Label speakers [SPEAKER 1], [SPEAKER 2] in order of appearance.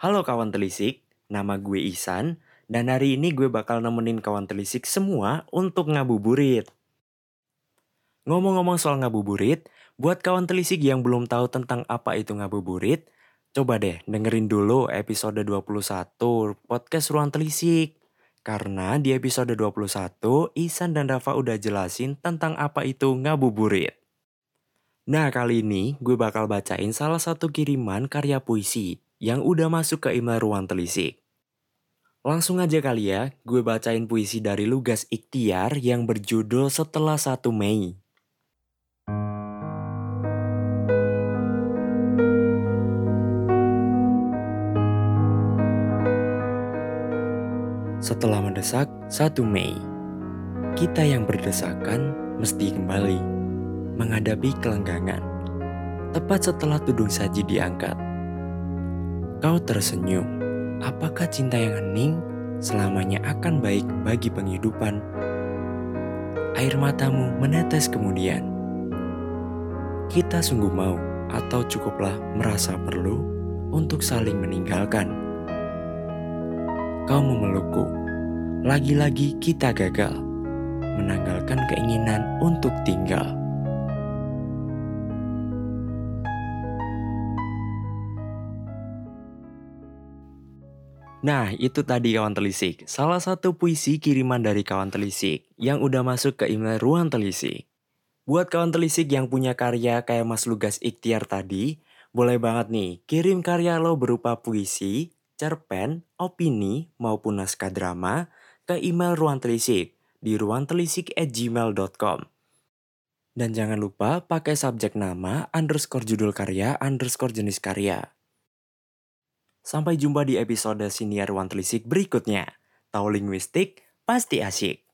[SPEAKER 1] Halo kawan telisik, nama gue Isan, dan hari ini gue bakal nemenin kawan telisik semua untuk ngabuburit. Ngomong-ngomong soal ngabuburit, buat kawan telisik yang belum tahu tentang apa itu ngabuburit, coba deh dengerin dulu episode 21 podcast Ruang Telisik. Karena di episode 21, Isan dan Rafa udah jelasin tentang apa itu ngabuburit. Nah, kali ini gue bakal bacain salah satu kiriman karya puisi yang udah masuk ke email Ruang Telisik. Langsung aja kali ya, gue bacain puisi dari Lugas Ikhtiar yang berjudul Setelah 1 Mei. Setelah mendesak 1 Mei, kita yang berdesakan mesti kembali menghadapi kelenggangan. Tepat setelah tudung saji diangkat, kau tersenyum. Apakah cinta yang hening selamanya akan baik bagi penghidupan? Air matamu menetes kemudian. Kita sungguh mau atau cukuplah merasa perlu untuk saling meninggalkan? Kau memelukku, lagi-lagi kita gagal menanggalkan keinginan untuk tinggal. Nah, itu tadi kawan telisik, salah satu puisi kiriman dari kawan telisik yang udah masuk ke email Ruang Telisik. Buat kawan telisik yang punya karya kayak Mas Lugas Ikhtiar tadi, boleh banget nih kirim karya lo berupa puisi, cerpen, opini, maupun naskah drama ke email Ruang Telisik di ruangtelisik@gmail.com. Dan jangan lupa pakai subjek nama, _judul karya, _jenis karya. Sampai jumpa di episode siniar Ruang Telisik berikutnya. Tahu linguistik, pasti asyik.